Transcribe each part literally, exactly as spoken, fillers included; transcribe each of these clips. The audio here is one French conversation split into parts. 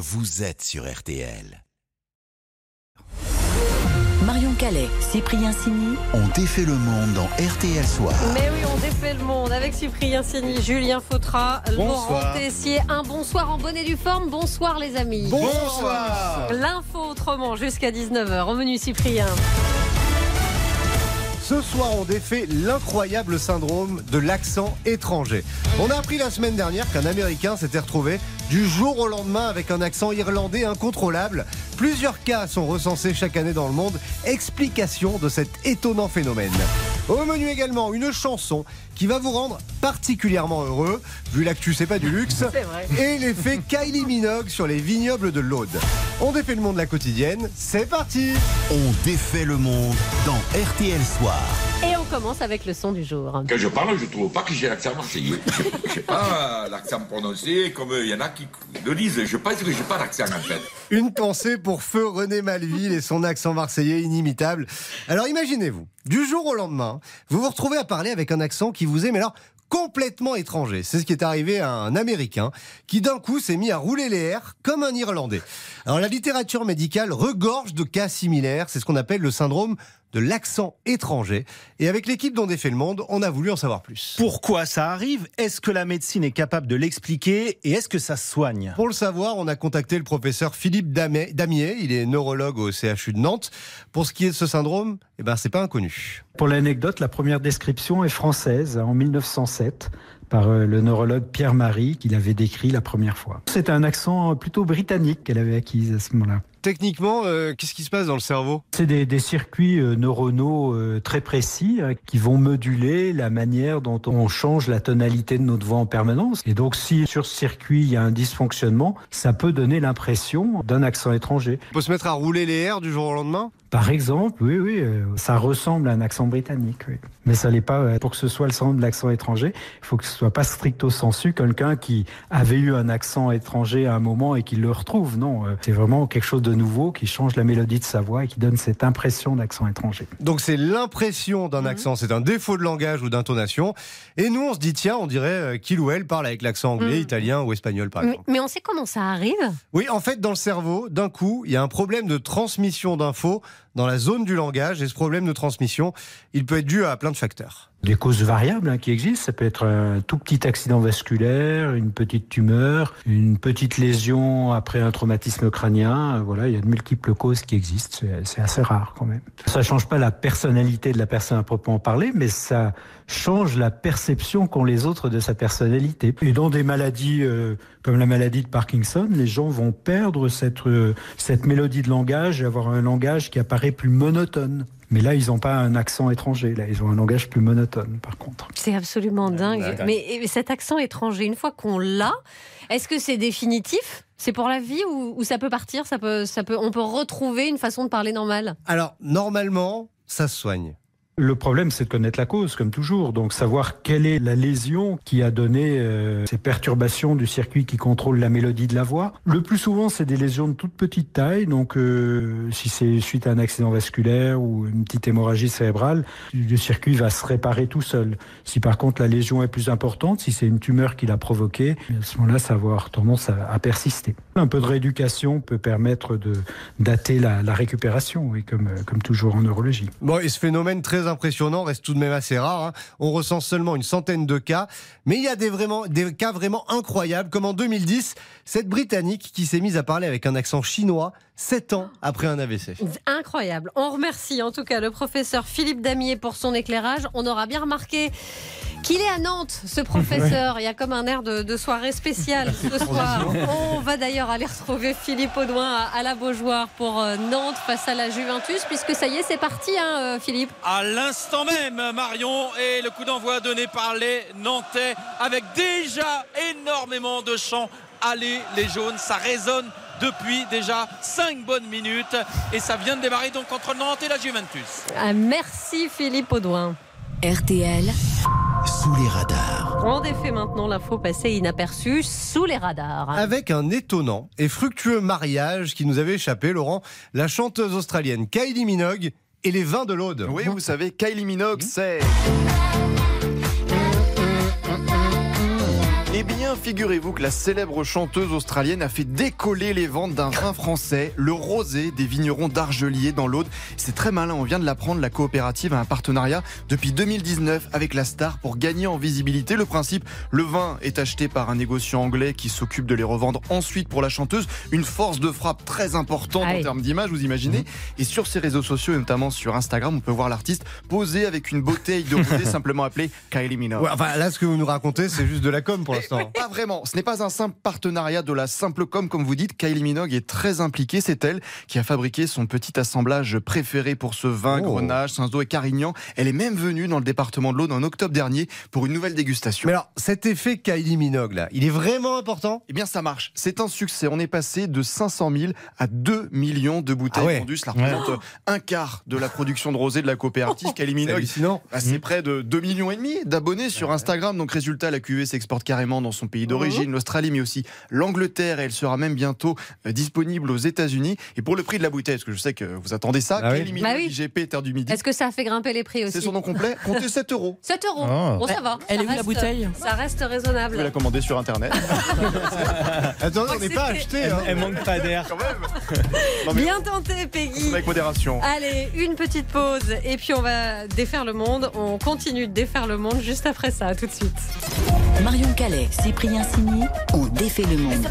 vous êtes sur R T L. Marion Calais, Cyprien Signy On défait le monde dans R T L Soir. Mais oui, on défait le monde avec Cyprien Signy, Julien Fautra, Laurent Tessier. Un bonsoir en bonne et due forme. Bonsoir les amis. Bonsoir. L'info autrement jusqu'à dix-neuf heures. Au menu Cyprien. Ce soir, on défait l'incroyable syndrome de l'accent étranger. On a appris la semaine dernière qu'un Américain s'était retrouvé du jour au lendemain avec un accent irlandais incontrôlable. Plusieurs cas sont recensés chaque année dans le monde. Explication de cet étonnant phénomène. Au menu également, une chanson qui va vous rendre particulièrement heureux, vu l'actu c'est pas du luxe, C'est vrai. et l'effet Kylie Minogue sur les vignobles de l'Aude. On défait le monde la quotidienne, c'est parti. On défait le monde dans R T L Soir. Et on commence avec le son du jour. Quand je parle, je trouve pas que j'ai l'accent marseillais. Je n'ai pas l'accent prononcé comme il y en a qui le disent. Je pense que j'ai pas d'accent en fait. Une pensée pour feu René Malville et son accent marseillais inimitable. Alors imaginez-vous, du jour au lendemain, vous vous retrouvez à parler avec un accent qui vous est, mais alors, complètement étranger. C'est ce qui est arrivé à un Américain qui d'un coup s'est mis à rouler les airs comme un Irlandais. Alors la littérature médicale regorge de cas similaires, c'est ce qu'on appelle le syndrome de l'accent étranger. Et avec l'équipe d'On défait le monde, on a voulu en savoir plus. Pourquoi ça arrive ? Est-ce que la médecine est capable de l'expliquer ? Et est-ce que ça se soigne ? Pour le savoir, on a contacté le professeur Philippe Damé- Damier, il est neurologue au C H U de Nantes. Pour ce qui est de ce syndrome, eh ben, c'est pas inconnu. Pour l'anecdote, la première description est française, en mille neuf cent sept, par le neurologue Pierre Marie, qui l'avait décrit la première fois. C'était un accent plutôt britannique qu'elle avait acquis à ce moment-là. Techniquement, euh, qu'est-ce qui se passe dans le cerveau ? C'est des, des circuits euh, neuronaux euh, très précis euh, qui vont moduler la manière dont on change la tonalité de notre voix en permanence. Et donc, si sur ce circuit, il y a un dysfonctionnement, ça peut donner l'impression d'un accent étranger. On peut se mettre à rouler les airs du jour au lendemain ? Par exemple, oui, oui, euh, ça ressemble à un accent britannique, oui. Mais ça l'est pas. Euh, pour que ce soit le syndrome de l'accent étranger, il faut que ce soit pas stricto sensu quelqu'un qui avait eu un accent étranger à un moment et qui le retrouve. Non, euh, c'est vraiment quelque chose de nouveau qui change la mélodie de sa voix et qui donne cette impression d'accent étranger. Donc c'est l'impression d'un accent, c'est un défaut de langage ou d'intonation. Et nous, on se dit, tiens, on dirait qu'il ou elle parle avec l'accent anglais, Mmh. italien ou espagnol, par Mais, exemple. mais on sait comment ça arrive ? Oui, en fait, dans le cerveau, d'un coup, il y a un problème de transmission d'infos dans la zone du langage. Et ce problème de transmission, il peut être dû à plein de facteurs. Des causes variables hein, qui existent, ça peut être un tout petit accident vasculaire, une petite tumeur, une petite lésion après un traumatisme crânien. Voilà, il y a de multiples causes qui existent, c'est, c'est assez rare quand même. Ça change pas la personnalité de la personne à proprement parler, mais ça change la perception qu'ont les autres de sa personnalité. Et dans des maladies euh, comme la maladie de Parkinson, les gens vont perdre cette, euh, cette mélodie de langage et avoir un langage qui apparaît plus monotone. Mais là, ils n'ont pas un accent étranger. Là, ils ont un langage plus monotone, par contre. C'est absolument dingue. dingue. Mais et cet accent étranger, une fois qu'on l'a, est-ce que c'est définitif ? C'est pour la vie ou, ou ça peut partir, ça peut, ça peut, on peut retrouver une façon de parler normale ? Alors, normalement, ça se soigne. Le problème, c'est de connaître la cause, comme toujours. Donc, savoir quelle est la lésion qui a donné euh, ces perturbations du circuit qui contrôle la mélodie de la voix. Le plus souvent, c'est des lésions de toute petite taille. Donc, euh, si c'est suite à un accident vasculaire ou une petite hémorragie cérébrale, le circuit va se réparer tout seul. Si par contre, la lésion est plus importante, si c'est une tumeur qui l'a provoquée, à ce moment-là, ça va avoir tendance à, à persister. Un peu de rééducation peut permettre de dater la, la récupération, oui, comme, comme toujours en neurologie. Bon, et ce phénomène très impressionnant reste tout de même assez rare. Hein. On recense seulement une centaine de cas. Mais il y a des, vraiment, des cas vraiment incroyables, comme en deux mille dix, cette Britannique qui s'est mise à parler avec un accent chinois sept ans après un A V C. Incroyable. On remercie en tout cas le professeur Philippe Damier pour son éclairage. On aura bien remarqué qu'il est à Nantes, ce professeur. Il y a comme un air de, de soirée spéciale ce soir. On va d'ailleurs aller retrouver Philippe Audouin à, à la Beaujoire pour euh, Nantes face à la Juventus, puisque ça y est, c'est parti, hein, euh, Philippe. À l'instant même, Marion, et le coup d'envoi donné par les Nantais avec déjà énormément de chants. Allez les jaunes, ça résonne depuis déjà cinq bonnes minutes et ça vient de démarrer donc entre Nantes et la Juventus. Ah, merci Philippe Audouin. R T L. Sous les radars. On défait maintenant l'info passée inaperçue sous les radars. Avec un étonnant et fructueux mariage qui nous avait échappé, Laurent, la chanteuse australienne Kylie Minogue et les vins de l'Aude. Oui, vous savez, Kylie Minogue, c'est... Eh bien, figurez-vous que la célèbre chanteuse australienne a fait décoller les ventes d'un vin français, le rosé des vignerons d'Argelier dans l'Aude. C'est très malin, on vient de l'apprendre, la coopérative a un partenariat depuis deux mille dix-neuf avec la Star pour gagner en visibilité. Le principe, le vin est acheté par un négociant anglais qui s'occupe de les revendre ensuite pour la chanteuse. Une force de frappe très importante Aïe. en termes d'image, vous imaginez. Et sur ses réseaux sociaux, et notamment sur Instagram, on peut voir l'artiste poser avec une bouteille de rosé simplement appelée Kylie Minogue. Ouais, enfin, là, ce que vous nous racontez, c'est juste de la com pour l'instant. Pas vraiment. Ce n'est pas un simple partenariat de la simple com, comme vous dites. Kylie Minogue est très impliquée. C'est elle qui a fabriqué son petit assemblage préféré pour ce vin, oh. Grenache, Cinsault et Carignan. Elle est même venue dans le département de l'Aude en octobre dernier pour une nouvelle dégustation. Mais alors, cet effet Kylie Minogue, là, il est vraiment important ? Eh bien, ça marche. C'est un succès. On est passé de cinq cent mille à deux millions de bouteilles ah ouais. vendues. Cela représente ouais. un quart de la production de rosé de la coopérative. Kylie Minogue, c'est, bah, c'est mmh. près de deux millions et demi d'abonnés sur ouais. Instagram. Donc, résultat, la cuvée s'exporte carrément dans son pays d'origine, mmh. l'Australie, mais aussi l'Angleterre. Et elle sera même bientôt euh, disponible aux États-Unis. Et pour le prix de la bouteille, parce que je sais que vous attendez ça, ah Kylie oui. Minogue, bah oui. I G P, Terre du Midi. Est-ce que ça a fait grimper les prix aussi ? C'est son nom complet. Comptez sept euros. sept euros. Oh. Bon, ça va. Elle ça est où reste, la bouteille ? Ça reste raisonnable. Vous pouvez la commander sur Internet. Attendez, on n'est pas acheté. Hein. Elle manque pas d'air. Quand même. Non, mais... Bien tenté, Peggy. Avec modération. Allez, une petite pause et puis on va défaire le monde. On continue de défaire le monde juste après ça. À tout de suite. Marion Calais, Cyprien Signy ont défait le monde.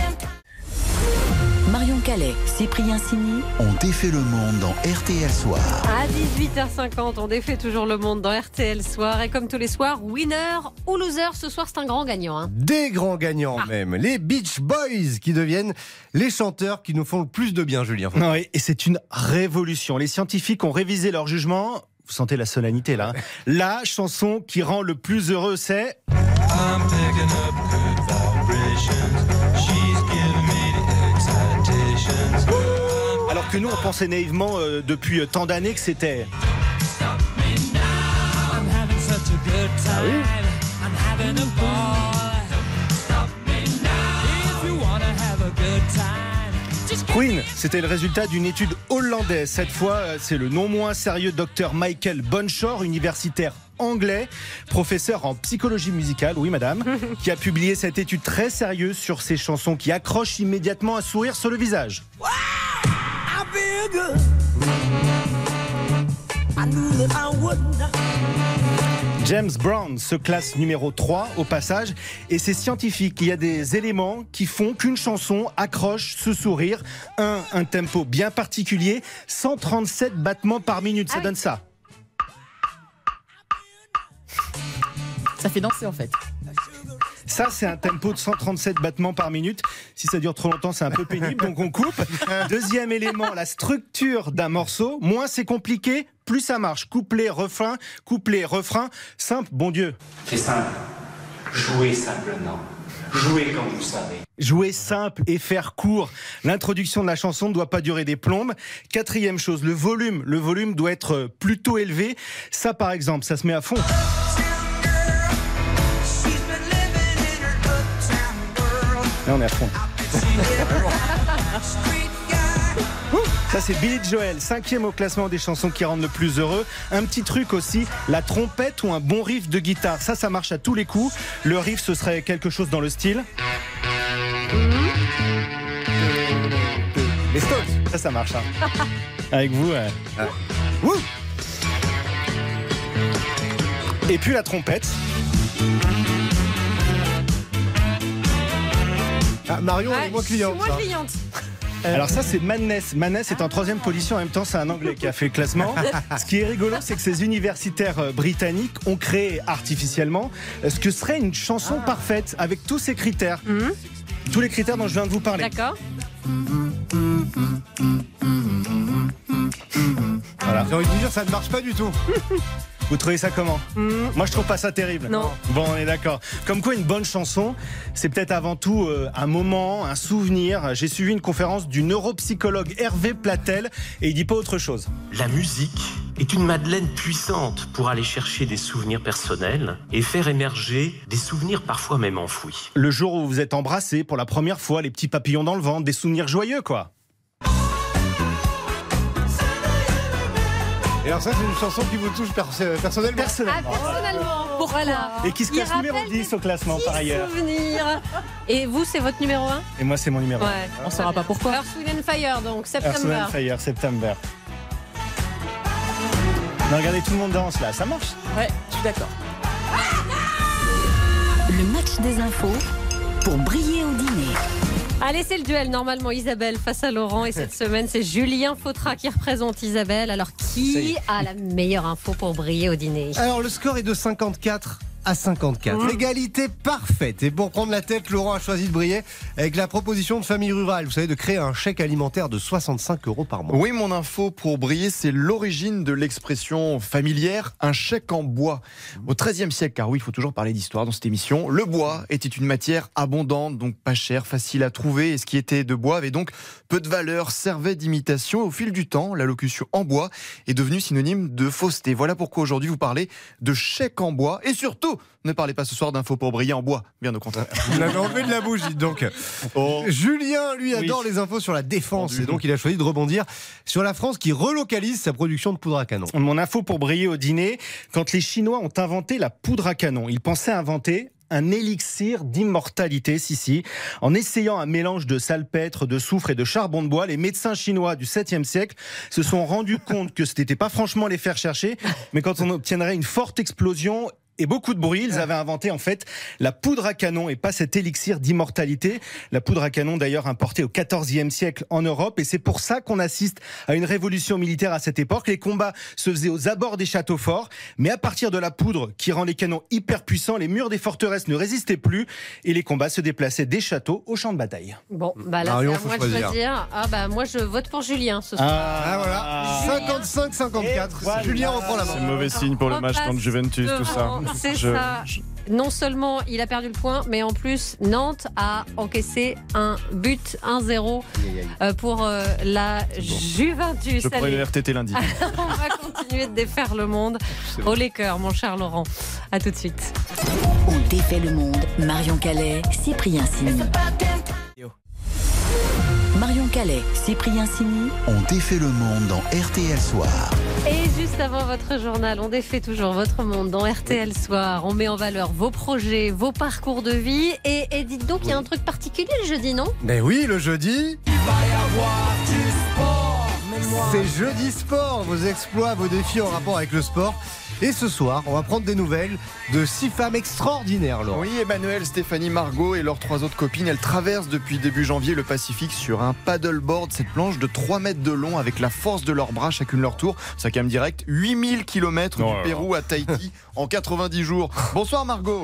Marion Calais, Cyprien Signy ont défait le monde dans R T L Soir. À dix-huit heures cinquante, on défait toujours le monde dans R T L Soir. Et comme tous les soirs, winner ou loser, ce soir c'est un grand gagnant. Hein. Des grands gagnants ah. même. Les Beach Boys qui deviennent les chanteurs qui nous font le plus de bien, Julien. Oui, et c'est une révolution. Les scientifiques ont révisé leur jugement. Vous sentez la solennité là. Hein. La chanson qui rend le plus heureux, c'est... I'm picking up good vibrations. She's giving me the excitations. Alors que nous, on pensait naïvement euh, depuis tant d'années que c'était... Ah oui. Queen, c'était le résultat d'une étude hollandaise. Cette fois, c'est le non moins sérieux docteur Michael Bonshore, universitaire anglais, professeur en psychologie musicale, oui madame, qui a publié cette étude très sérieuse sur ces chansons qui accrochent immédiatement un sourire sur le visage. Wow, I feel good. I knew that I would. James Brown se classe numéro trois au passage et c'est scientifique. Il y a des éléments qui font qu'une chanson accroche ce sourire. Un, un tempo bien particulier, cent trente-sept battements par minute, ça ah donne ça. Ça fait danser en fait. Ça, c'est un tempo de cent trente-sept battements par minute. Si ça dure trop longtemps, c'est un peu pénible, donc on coupe. Deuxième élément, la structure d'un morceau. Moins c'est compliqué, plus ça marche. Couplet, refrain, couplet, refrain. Simple, bon Dieu. C'est simple. Jouez simplement. Jouez quand vous savez. Jouer simple et faire court. L'introduction de la chanson ne doit pas durer des plombes. Quatrième chose, le volume. Le volume doit être plutôt élevé. Ça, par exemple, ça se met à fond. Là, on est à fond. Ça, c'est Billy Joel, cinquième au classement des chansons qui rendent le plus heureux. Un petit truc aussi, la trompette ou un bon riff de guitare. Ça, ça marche à tous les coups. Le riff, ce serait quelque chose dans le style. Les Stones. Ça, ça marche. Hein. Avec vous. Ouais. Ah. Wouh. Et puis la trompette. Ah, Marion ah, est moins cliente. Moins cliente. Alors ça c'est Madness. Madness est en troisième position, en même temps c'est un Anglais qui a fait le classement. Ce qui est rigolo, c'est que ces universitaires britanniques ont créé artificiellement ce que serait une chanson ah. parfaite avec tous ces critères. Mm-hmm. Tous les critères dont je viens de vous parler. D'accord. Voilà. J'ai envie de vous dire, ça ne marche pas du tout. Vous trouvez ça comment ? mmh. Moi, je trouve pas ça terrible. Non. Bon, on est d'accord. Comme quoi, une bonne chanson, c'est peut-être avant tout euh, un moment, un souvenir. J'ai suivi une conférence du neuropsychologue Hervé Platel et il dit pas autre chose. La musique est une madeleine puissante pour aller chercher des souvenirs personnels et faire émerger des souvenirs parfois même enfouis. Le jour où vous êtes embrassés pour la première fois, les petits papillons dans le ventre, des souvenirs joyeux, quoi. Et alors ça, c'est une chanson qui vous touche pers- personnellement Ah, personnellement. pourquoi. Voilà. Et qui se classe numéro dix au classement par ailleurs. Souvenirs. Et vous, c'est votre numéro un? Et moi, c'est mon numéro un. Ouais. On ne saura pas pourquoi. Earth, Wind and Fire, donc Earth, Wind September. and Fire, September. Non, regardez, tout le monde danse là, ça marche. Ouais, je suis d'accord. Le match des infos pour briller au dîner. Allez, c'est le duel normalement, Isabelle face à Laurent. Et cette semaine, c'est Julien Fautra qui représente Isabelle. Alors, qui a la meilleure info pour briller au dîner? Alors, le score est de cinquante-quatre à cinquante-quatre. L'égalité parfaite. Et pour prendre la tête, Laurent a choisi de briller avec la proposition de Famille Rurale. Vous savez, de créer un chèque alimentaire de soixante-cinq euros par mois. Oui, mon info pour briller, c'est l'origine de l'expression familière, un chèque en bois. Au treizième siècle, car oui, il faut toujours parler d'histoire dans cette émission, le bois était une matière abondante, donc pas chère, facile à trouver. Et ce qui était de bois avait donc peu de valeur, servait d'imitation. Au fil du temps, la locution en bois est devenue synonyme de fausseté. Voilà pourquoi aujourd'hui vous parlez de chèque en bois. Et surtout, ne parlez pas ce soir d'infos pour briller en bois, bien au contraire. Vous l'avez enlevé de la bougie, donc. Oh. Julien, lui, adore Oui. les infos sur la défense. Et donc, il a choisi de rebondir sur la France qui relocalise sa production de poudre à canon. Mon info pour briller au dîner, quand les Chinois ont inventé la poudre à canon, ils pensaient inventer un élixir d'immortalité, si, si. En essayant un mélange de salpêtre, de soufre et de charbon de bois, les médecins chinois du septième siècle se sont rendus compte que ce n'était pas franchement les faire chercher, mais quand on obtiendrait une forte explosion et beaucoup de bruit, ils avaient inventé en fait la poudre à canon et pas cet élixir d'immortalité. La poudre à canon d'ailleurs importée au quatorzième siècle en Europe, et c'est pour ça qu'on assiste à une révolution militaire à cette époque. Les combats se faisaient aux abords des châteaux forts, mais à partir de la poudre qui rend les canons hyper puissants, les murs des forteresses ne résistaient plus et les combats se déplaçaient des châteaux au champ de bataille. Bon, bah là, Marion, c'est à faut moi de choisir. choisir. Ah bah moi, je vote pour Julien ce soir. Ah voilà, cinquante-cinq cinquante-quatre. Voilà. Julien reprend la main. C'est mauvais signe pour le match Repasse contre Juventus, tout ça. devant, C'est Je- ça. Non seulement il a perdu le point, mais en plus Nantes a encaissé un but un zéro euh, pour euh, la Juventus. Je prends Allez, une R T T lundi. on va continuer de défaire le monde. Au Laker, mon cher Laurent. À tout de suite. On défait le monde. Marion Calais, Cyprien Sini. Marion Calais, Cyprien Sini. On défait le monde dans R T L Soir. Et juste avant votre journal, on défait toujours votre monde dans R T L Soir. On met en valeur vos projets, vos parcours de vie. Et, et dites donc, il y a un truc particulier le jeudi, non? Mais oui, le jeudi. C'est jeudi sport, vos exploits, vos défis en rapport avec le sport. Et ce soir, on va prendre des nouvelles de six femmes extraordinaires, Laurent. Oui, Emmanuel, Stéphanie, Margot et leurs trois autres copines, elles traversent depuis début janvier le Pacifique sur un paddleboard, cette planche de trois mètres de long avec la force de leurs bras chacune leur tour. Ça calme direct, huit mille kilomètres Oh du Pérou à Tahiti en quatre-vingt-dix jours. Bonsoir Margot.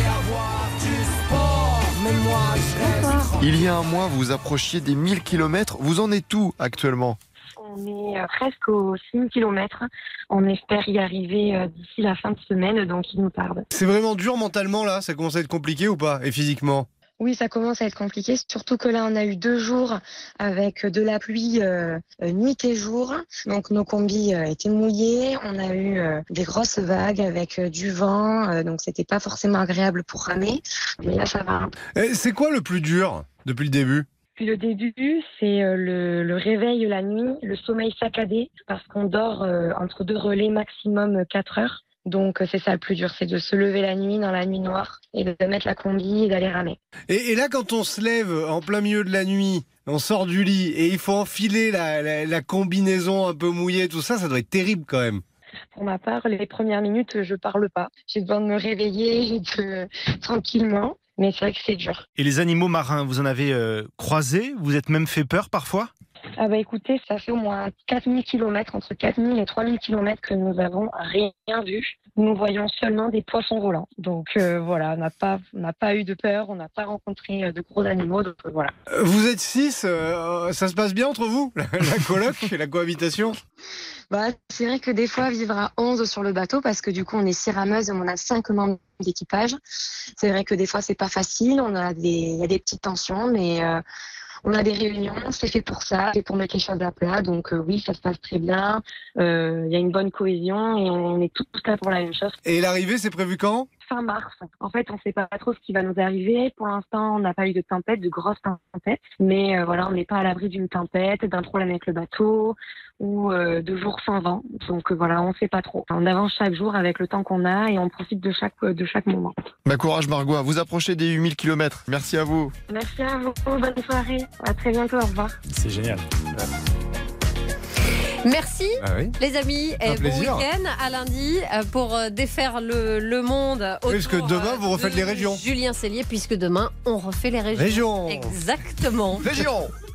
Il y a un mois, vous approchiez des mille kilomètres. Vous en êtes où actuellement ? On est euh, presque aux six mille kilomètres. On espère y arriver euh, d'ici la fin de semaine, donc il nous tarde. C'est vraiment dur mentalement là, ça commence à être compliqué ou pas? Et physiquement? Oui, ça commence à être compliqué, surtout que là, on a eu deux jours avec de la pluie euh, euh, nuit et jour. Donc, nos combis euh, étaient mouillés. On a eu euh, des grosses vagues avec euh, du vent. Euh, donc, c'était pas forcément agréable pour ramer. Mais là, ça va. Et c'est quoi le plus dur depuis le début? Puis le début, c'est euh, le, le réveil la nuit, le sommeil saccadé, parce qu'on dort euh, entre deux relais maximum quatre heures. Donc c'est ça le plus dur, c'est de se lever la nuit dans la nuit noire et de mettre la combi et d'aller ramer. Et, et là, quand on se lève en plein milieu de la nuit, on sort du lit et il faut enfiler la, la, la combinaison un peu mouillée, tout ça, ça doit être terrible quand même. Pour ma part, les premières minutes, je parle pas. J'ai besoin de me réveiller de, tranquillement, mais c'est vrai que c'est dur. Et les animaux marins, vous en avez euh, croisé? Vous êtes même fait peur parfois? Ah bah écoutez, ça fait au moins quatre mille kilomètres, entre quatre mille et trois mille kilomètres que nous avons rien vu. Nous voyons seulement des poissons volants. Donc euh, voilà, on n'a pas, on n'a pas eu de peur, on n'a pas rencontré de gros animaux, donc euh, voilà. Vous êtes six, euh, ça se passe bien entre vous? La, la coloc, la cohabitation? Bah, c'est vrai que des fois, vivre à onze sur le bateau, parce que du coup, on est six rameuses et on a cinq membres d'équipage. C'est vrai que des fois, c'est pas facile, on a des, il y a des petites tensions, mais... Euh, on a des réunions, c'est fait pour ça, c'est pour mettre les choses à plat. Donc euh, oui, ça se passe très bien. Il euh, y a une bonne cohésion et on est tous là pour la même chose. Et l'arrivée, c'est prévu quand? fin mars. En fait, on ne sait pas trop ce qui va nous arriver. Pour l'instant, on n'a pas eu de tempête, de grosses tempêtes. Mais euh, voilà, on n'est pas à l'abri d'une tempête, d'un problème avec le bateau ou euh, de jours sans vent. Donc euh, voilà, on ne sait pas trop. On avance chaque jour avec le temps qu'on a et on profite de chaque, de chaque moment. Bah, courage Margot, vous approchez des huit mille kilomètres. Merci à vous. Merci à vous, bonne soirée. À très bientôt, au revoir. C'est génial. Merci Ah oui. les amis Un et bon plaisir. week-end à lundi euh, pour euh, défaire le, le monde autour, Oui, parce que demain, vous refaites de les régions. Julien Cellier, puisque demain on refait les régions. Régions. Exactement. Région.